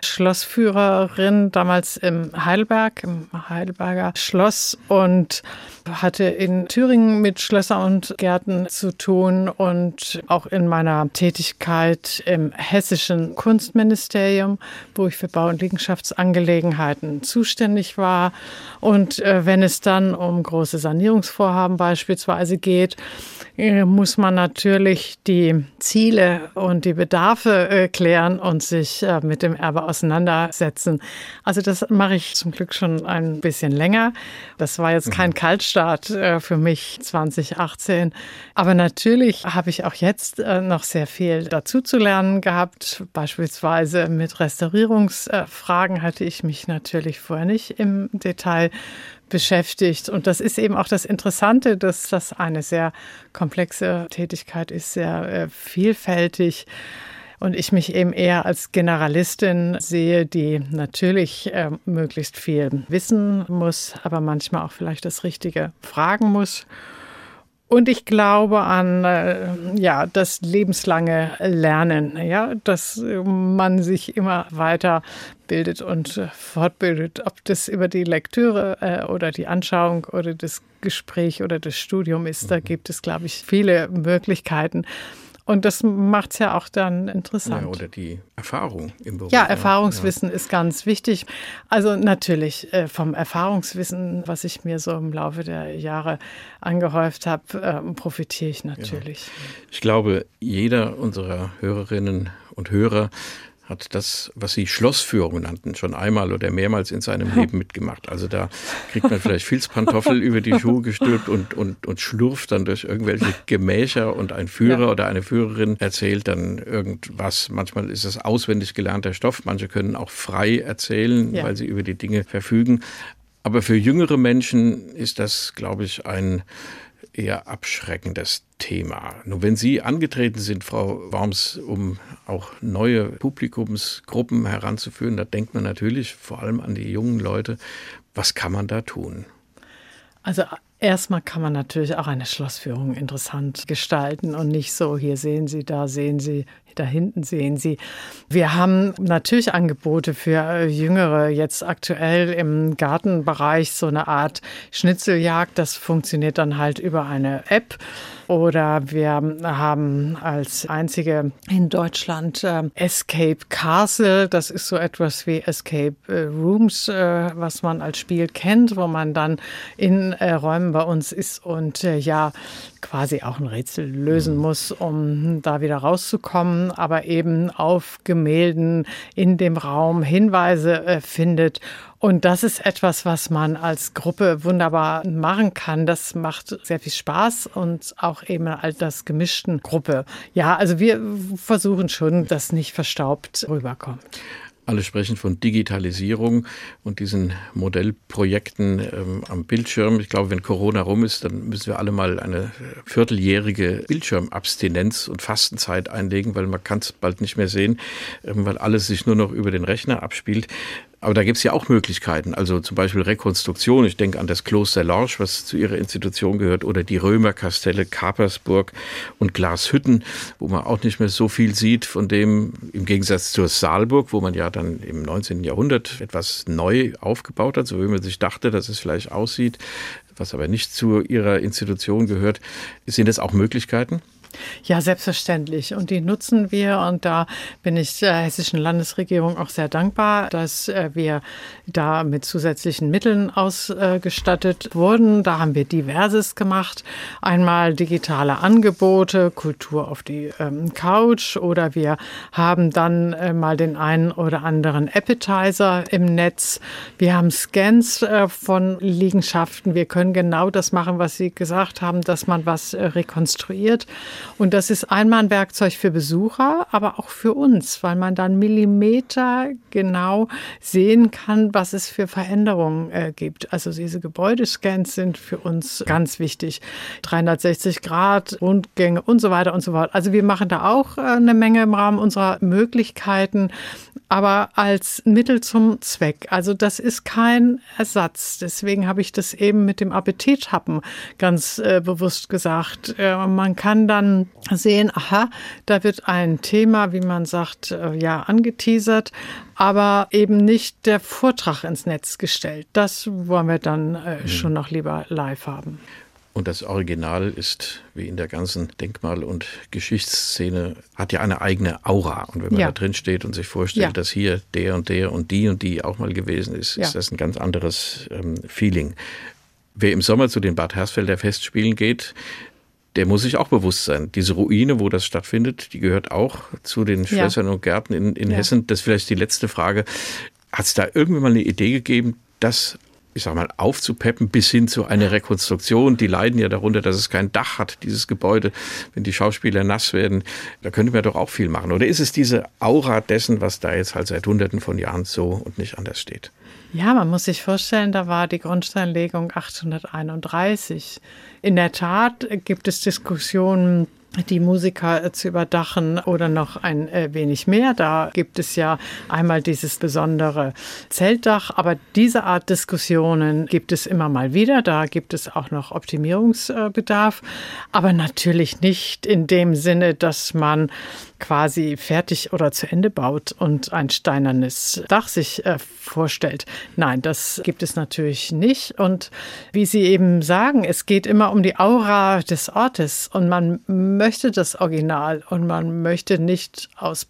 Schlossführerin damals im Heidelberg, im Heidelberger Schloss und hatte in Thüringen mit Schlösser und Gärten zu tun und auch in meiner Tätigkeit im hessischen Kunstministerium, wo ich für Bau- und Liegenschaftsangelegenheiten zuständig war. Und äh, wenn es dann um große Sanierungsvorhaben beispielsweise geht, äh, muss man natürlich die Ziele und die Bedarfe äh, klären und sich äh, mit dem Erbe auseinandersetzen. Also das mache ich zum Glück schon ein bisschen länger. Das war jetzt kein Kaltstart äh, für mich zwanzig achtzehn. Aber natürlich habe ich auch jetzt äh, noch sehr viel dazu zu lernen gehabt. Beispielsweise mit Restaurierungsfragen hatte ich mich natürlich vorher nicht im Detail beschäftigt. Und das ist eben auch das Interessante, dass das eine sehr komplexe Tätigkeit ist, sehr äh, vielfältig. Und ich mich eben eher als Generalistin sehe, die natürlich äh, möglichst viel wissen muss, aber manchmal auch vielleicht das Richtige fragen muss. Und ich glaube an äh, ja, das lebenslange Lernen, ja, dass man sich immer weiter bildet und äh, fortbildet, ob das über die Lektüre äh, oder die Anschauung oder das Gespräch oder das Studium ist. Da gibt es, glaube ich, viele Möglichkeiten. Und das macht es ja auch dann interessant. Ja, oder die Erfahrung im Beruf. Ja, Erfahrungswissen ja. ist ganz wichtig. Also natürlich äh, vom Erfahrungswissen, was ich mir so im Laufe der Jahre angehäuft habe, äh, profitiere ich natürlich. Ja. Ich glaube, jeder unserer Hörerinnen und Hörer hat das, was Sie Schlossführung nannten, schon einmal oder mehrmals in seinem Leben mitgemacht. Also da kriegt man vielleicht Filzpantoffel über die Schuhe gestülpt und, und, und schlurft dann durch irgendwelche Gemächer und ein Führer ja. oder eine Führerin erzählt dann irgendwas. Manchmal ist es auswendig gelernter Stoff, manche können auch frei erzählen, ja. weil sie über die Dinge verfügen. Aber für jüngere Menschen ist das, glaube ich, ein eher abschreckendes Thema. Nur wenn Sie angetreten sind, Frau Worms, um auch neue Publikumsgruppen heranzuführen, da denkt man natürlich vor allem an die jungen Leute. Was kann man da tun? Also erstmal kann man natürlich auch eine Schlossführung interessant gestalten und nicht so, hier sehen Sie, da sehen Sie, da hinten sehen Sie. Wir haben natürlich Angebote für Jüngere, jetzt aktuell im Gartenbereich so eine Art Schnitzeljagd, das funktioniert dann halt über eine App. Oder wir haben als einzige in Deutschland äh, Escape Castle. Das ist so etwas wie Escape äh, Rooms, äh, was man als Spiel kennt, wo man dann in äh, Räumen bei uns ist und äh, ja quasi auch ein Rätsel lösen muss, um da wieder rauszukommen, aber eben auf Gemälden in dem Raum Hinweise äh, findet. Und das ist etwas, was man als Gruppe wunderbar machen kann. Das macht sehr viel Spaß und auch eben als das gemischten Gruppe. Ja, also wir versuchen schon, dass nicht verstaubt rüberkommt. Alle sprechen von Digitalisierung und diesen Modellprojekten ähm, am Bildschirm. Ich glaube, wenn Corona rum ist, dann müssen wir alle mal eine vierteljährige Bildschirmabstinenz und Fastenzeit einlegen, weil man kann es bald nicht mehr sehen, ähm, weil alles sich nur noch über den Rechner abspielt. Aber da gibt es ja auch Möglichkeiten, also zum Beispiel Rekonstruktion. Ich denke an das Kloster Lorsch, was zu Ihrer Institution gehört, oder die Römerkastelle Kapersburg und Glashütten, wo man auch nicht mehr so viel sieht von dem, im Gegensatz zur Saalburg, wo man ja dann im neunzehnten Jahrhundert etwas neu aufgebaut hat, so wie man sich dachte, dass es vielleicht aussieht, was aber nicht zu Ihrer Institution gehört. Sind das auch Möglichkeiten? Ja, selbstverständlich. Und die nutzen wir. Und da bin ich der hessischen Landesregierung auch sehr dankbar, dass wir da mit zusätzlichen Mitteln ausgestattet wurden. Da haben wir Diverses gemacht. Einmal digitale Angebote, Kultur auf die ähm, Couch. Oder wir haben dann äh, mal den einen oder anderen Appetizer im Netz. Wir haben Scans äh, von Liegenschaften. Wir können genau das machen, was Sie gesagt haben, dass man was äh, rekonstruiert. Und das ist einmal ein Werkzeug für Besucher, aber auch für uns, weil man dann Millimeter genau sehen kann, was es für Veränderungen äh, gibt. Also diese Gebäudescans sind für uns ganz wichtig. dreihundertsechzig Grad, Rundgänge und so weiter und so fort. Also wir machen da auch äh, eine Menge im Rahmen unserer Möglichkeiten, aber als Mittel zum Zweck. Also das ist kein Ersatz. Deswegen habe ich das eben mit dem Appetithappen ganz äh, bewusst gesagt. Äh, man kann dann sehen, aha, da wird ein Thema, wie man sagt, äh, ja, angeteasert, aber eben nicht der Vortrag ins Netz gestellt. Das wollen wir dann äh, mhm. schon noch lieber live haben. Und das Original ist, wie in der ganzen Denkmal- und Geschichtsszene, hat ja eine eigene Aura. Und wenn man ja. da drin steht und sich vorstellt, ja. dass hier der und der und die und die auch mal gewesen ist, ja. ist das ein ganz anderes ähm, Feeling. Wer im Sommer zu den Bad Hersfelder Festspielen geht, der muss sich auch bewusst sein, diese Ruine, wo das stattfindet, die gehört auch zu den Schlössern ja. und Gärten in, in ja. Hessen. Das ist vielleicht die letzte Frage. Hat es da irgendwann mal eine Idee gegeben, dass ich sag mal, aufzupeppen bis hin zu einer Rekonstruktion. Die leiden ja darunter, dass es kein Dach hat, dieses Gebäude, wenn die Schauspieler nass werden. Da könnte man doch auch viel machen. Oder ist es diese Aura dessen, was da jetzt halt seit Hunderten von Jahren so und nicht anders steht? Ja, man muss sich vorstellen, da war die Grundsteinlegung achtzehnhunderteinunddreißig. In der Tat gibt es Diskussionen, die Musiker zu überdachen oder noch ein wenig mehr. Da gibt es ja einmal dieses besondere Zeltdach, aber diese Art Diskussionen gibt es immer mal wieder. Da gibt es auch noch Optimierungsbedarf, aber natürlich nicht in dem Sinne, dass man quasi fertig oder zu Ende baut und ein steinernes Dach sich äh, vorstellt. Nein, das gibt es natürlich nicht. Und wie Sie eben sagen, es geht immer um die Aura des Ortes und man möchte das Original und man möchte nicht aus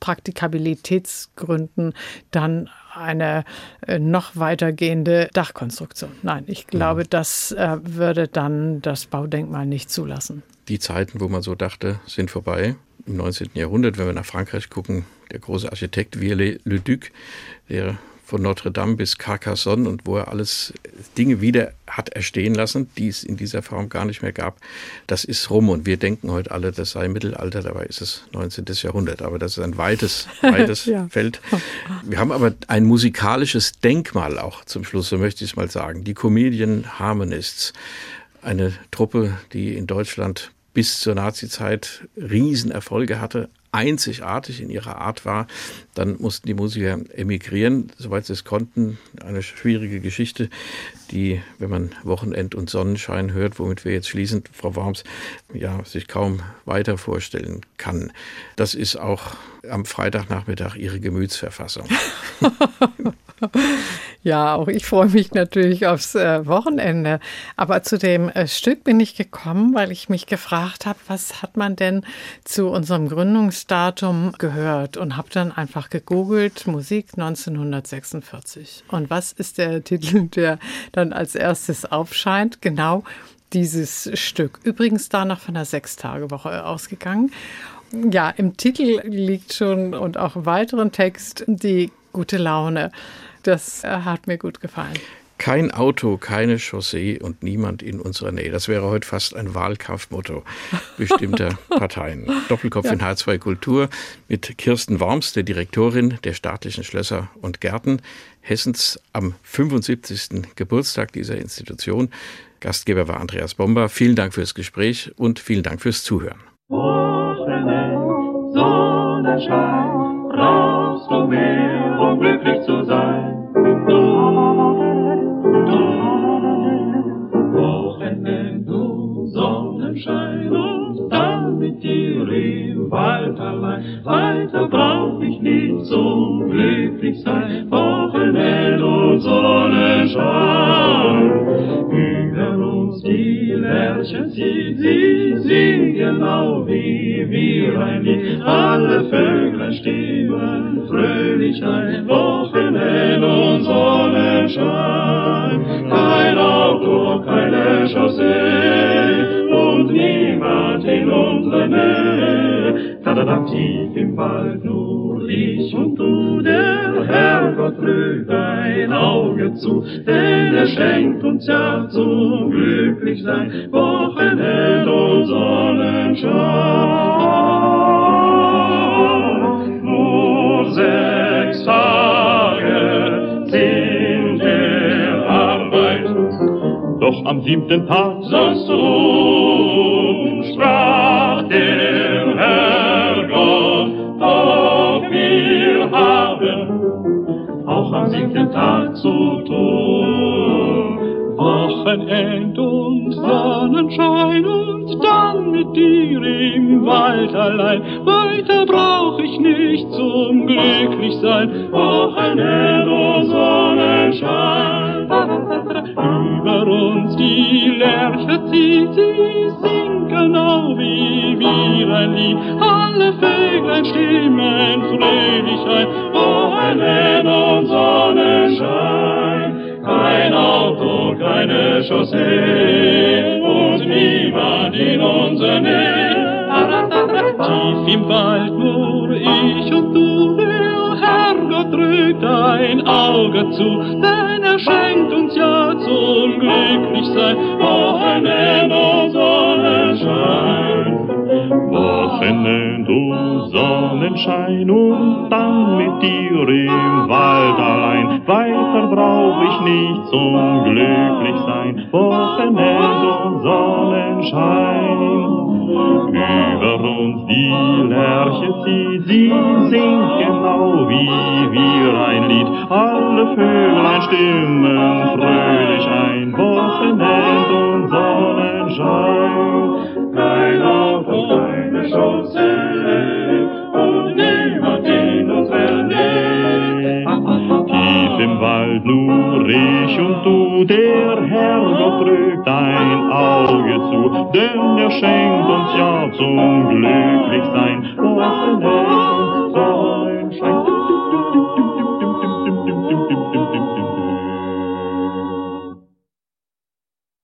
Praktikabilitätsgründen dann eine äh, noch weitergehende Dachkonstruktion. Nein, ich glaube, das äh, würde dann das Baudenkmal nicht zulassen. Die Zeiten, wo man so dachte, sind vorbei. im neunzehnten Jahrhundert, wenn wir nach Frankreich gucken, der große Architekt Viollet-le-Duc, der von Notre Dame bis Carcassonne und wo er alles Dinge wieder hat erstehen lassen, die es in dieser Form gar nicht mehr gab. Das ist rum und wir denken heute alle, das sei Mittelalter, dabei ist es neunzehnten Jahrhundert. Aber das ist ein weites, weites ja. Feld. Wir haben aber ein musikalisches Denkmal auch zum Schluss, so möchte ich es mal sagen. Die Comedian Harmonists, eine Truppe, die in Deutschland bis zur Nazizeit Riesenerfolge hatte, einzigartig in ihrer Art war. Dann mussten die Musiker emigrieren, soweit sie es konnten. Eine schwierige Geschichte, die, wenn man Wochenend und Sonnenschein hört, womit wir jetzt schließen, Frau Worms, ja, sich kaum weiter vorstellen kann. Das ist auch am Freitagnachmittag Ihre Gemütsverfassung. Ja, auch ich freue mich natürlich aufs äh, Wochenende. Aber zu dem äh, Stück bin ich gekommen, weil ich mich gefragt habe, was hat man denn zu unserem Gründungsdatum gehört? Und habe dann einfach gegoogelt, Musik neunzehnhundertsechsundvierzig. Und was ist der Titel, der dann als erstes aufscheint? Genau dieses Stück. Übrigens danach von der Sechstagewoche ausgegangen. Ja, im Titel liegt schon und auch im weiteren Text die gute Laune. Das hat mir gut gefallen. Kein Auto, keine Chaussee und niemand in unserer Nähe. Das wäre heute fast ein Wahlkampfmotto bestimmter Parteien. Doppelkopf ja. in H zwei Kultur mit Kirsten Worms, der Direktorin der staatlichen Schlösser und Gärten Hessens am fünfundsiebzigsten Geburtstag dieser Institution. Gastgeber war Andreas Bomber. Vielen Dank fürs Gespräch und vielen Dank fürs Zuhören. Sonnenschein, brauchst du mehr, um glücklich zu sein. Du, du, Wochenende, du Sonnenschein und dann mit dir im Wald allein. Weiter brauch ich nicht zum glücklich sein. Wochenende und Sonnenschein, über uns die Lerchen zieht, sie singen genau wie wir ein Lied. Alle Vöglein stimmen fröhlich ein. Wochenende und Sonnenschein, kein Auto, keine Chaussee und niemand in unserer Nähe. Da-da-da, tief im Wald nur ich und du, der Herrgott drückt ein Auge zu, denn er schenkt uns ja zum Glücklichsein Wochenende und Sonnenschein. Nur sechs Tage sind der Arbeit, doch am siebten Tag sollst du, sprach der Herrgott, doch wir haben auch am siebten Tag zu tun. Wochenend und Sonnenschein und dann mit dir im Wald allein. Weiter brauch ich nicht zum Glücklichsein. Wochenend und Sonnenschein. Über uns die Lerche zieht, sie singt genau wie wir ein Lied. Alle Vöglein stimmen fröhlich ein. Wochenend und Sonnenschein. Kein Auto, keine Chaussee und niemand in unserer Nähe. Tief im Wald nur ich und du, der Herrgott drückt ein Auge zu, denn er schenkt uns ja zum Glücklichsein Wochenende und Sonnenschein. Wochenende und Sonnenschein und dann mit dir im Wald allein. Weiter brauch ich nicht zum Glücklichsein. Wochenende und Sonnenschein. Über uns die Lerche zieht, sie singt genau wie wir ein Lied. Alle Vöglein stimmen fröhlich ein. Wochenende und Sonnenschein. Kein Auto, keine Chaussee und niemand in unserer Nähe. Tief im Wald nur ich und du, der Herrgott drückt ein Auge zu, denn er schenkt uns ja zum Glücklichsein Wochenende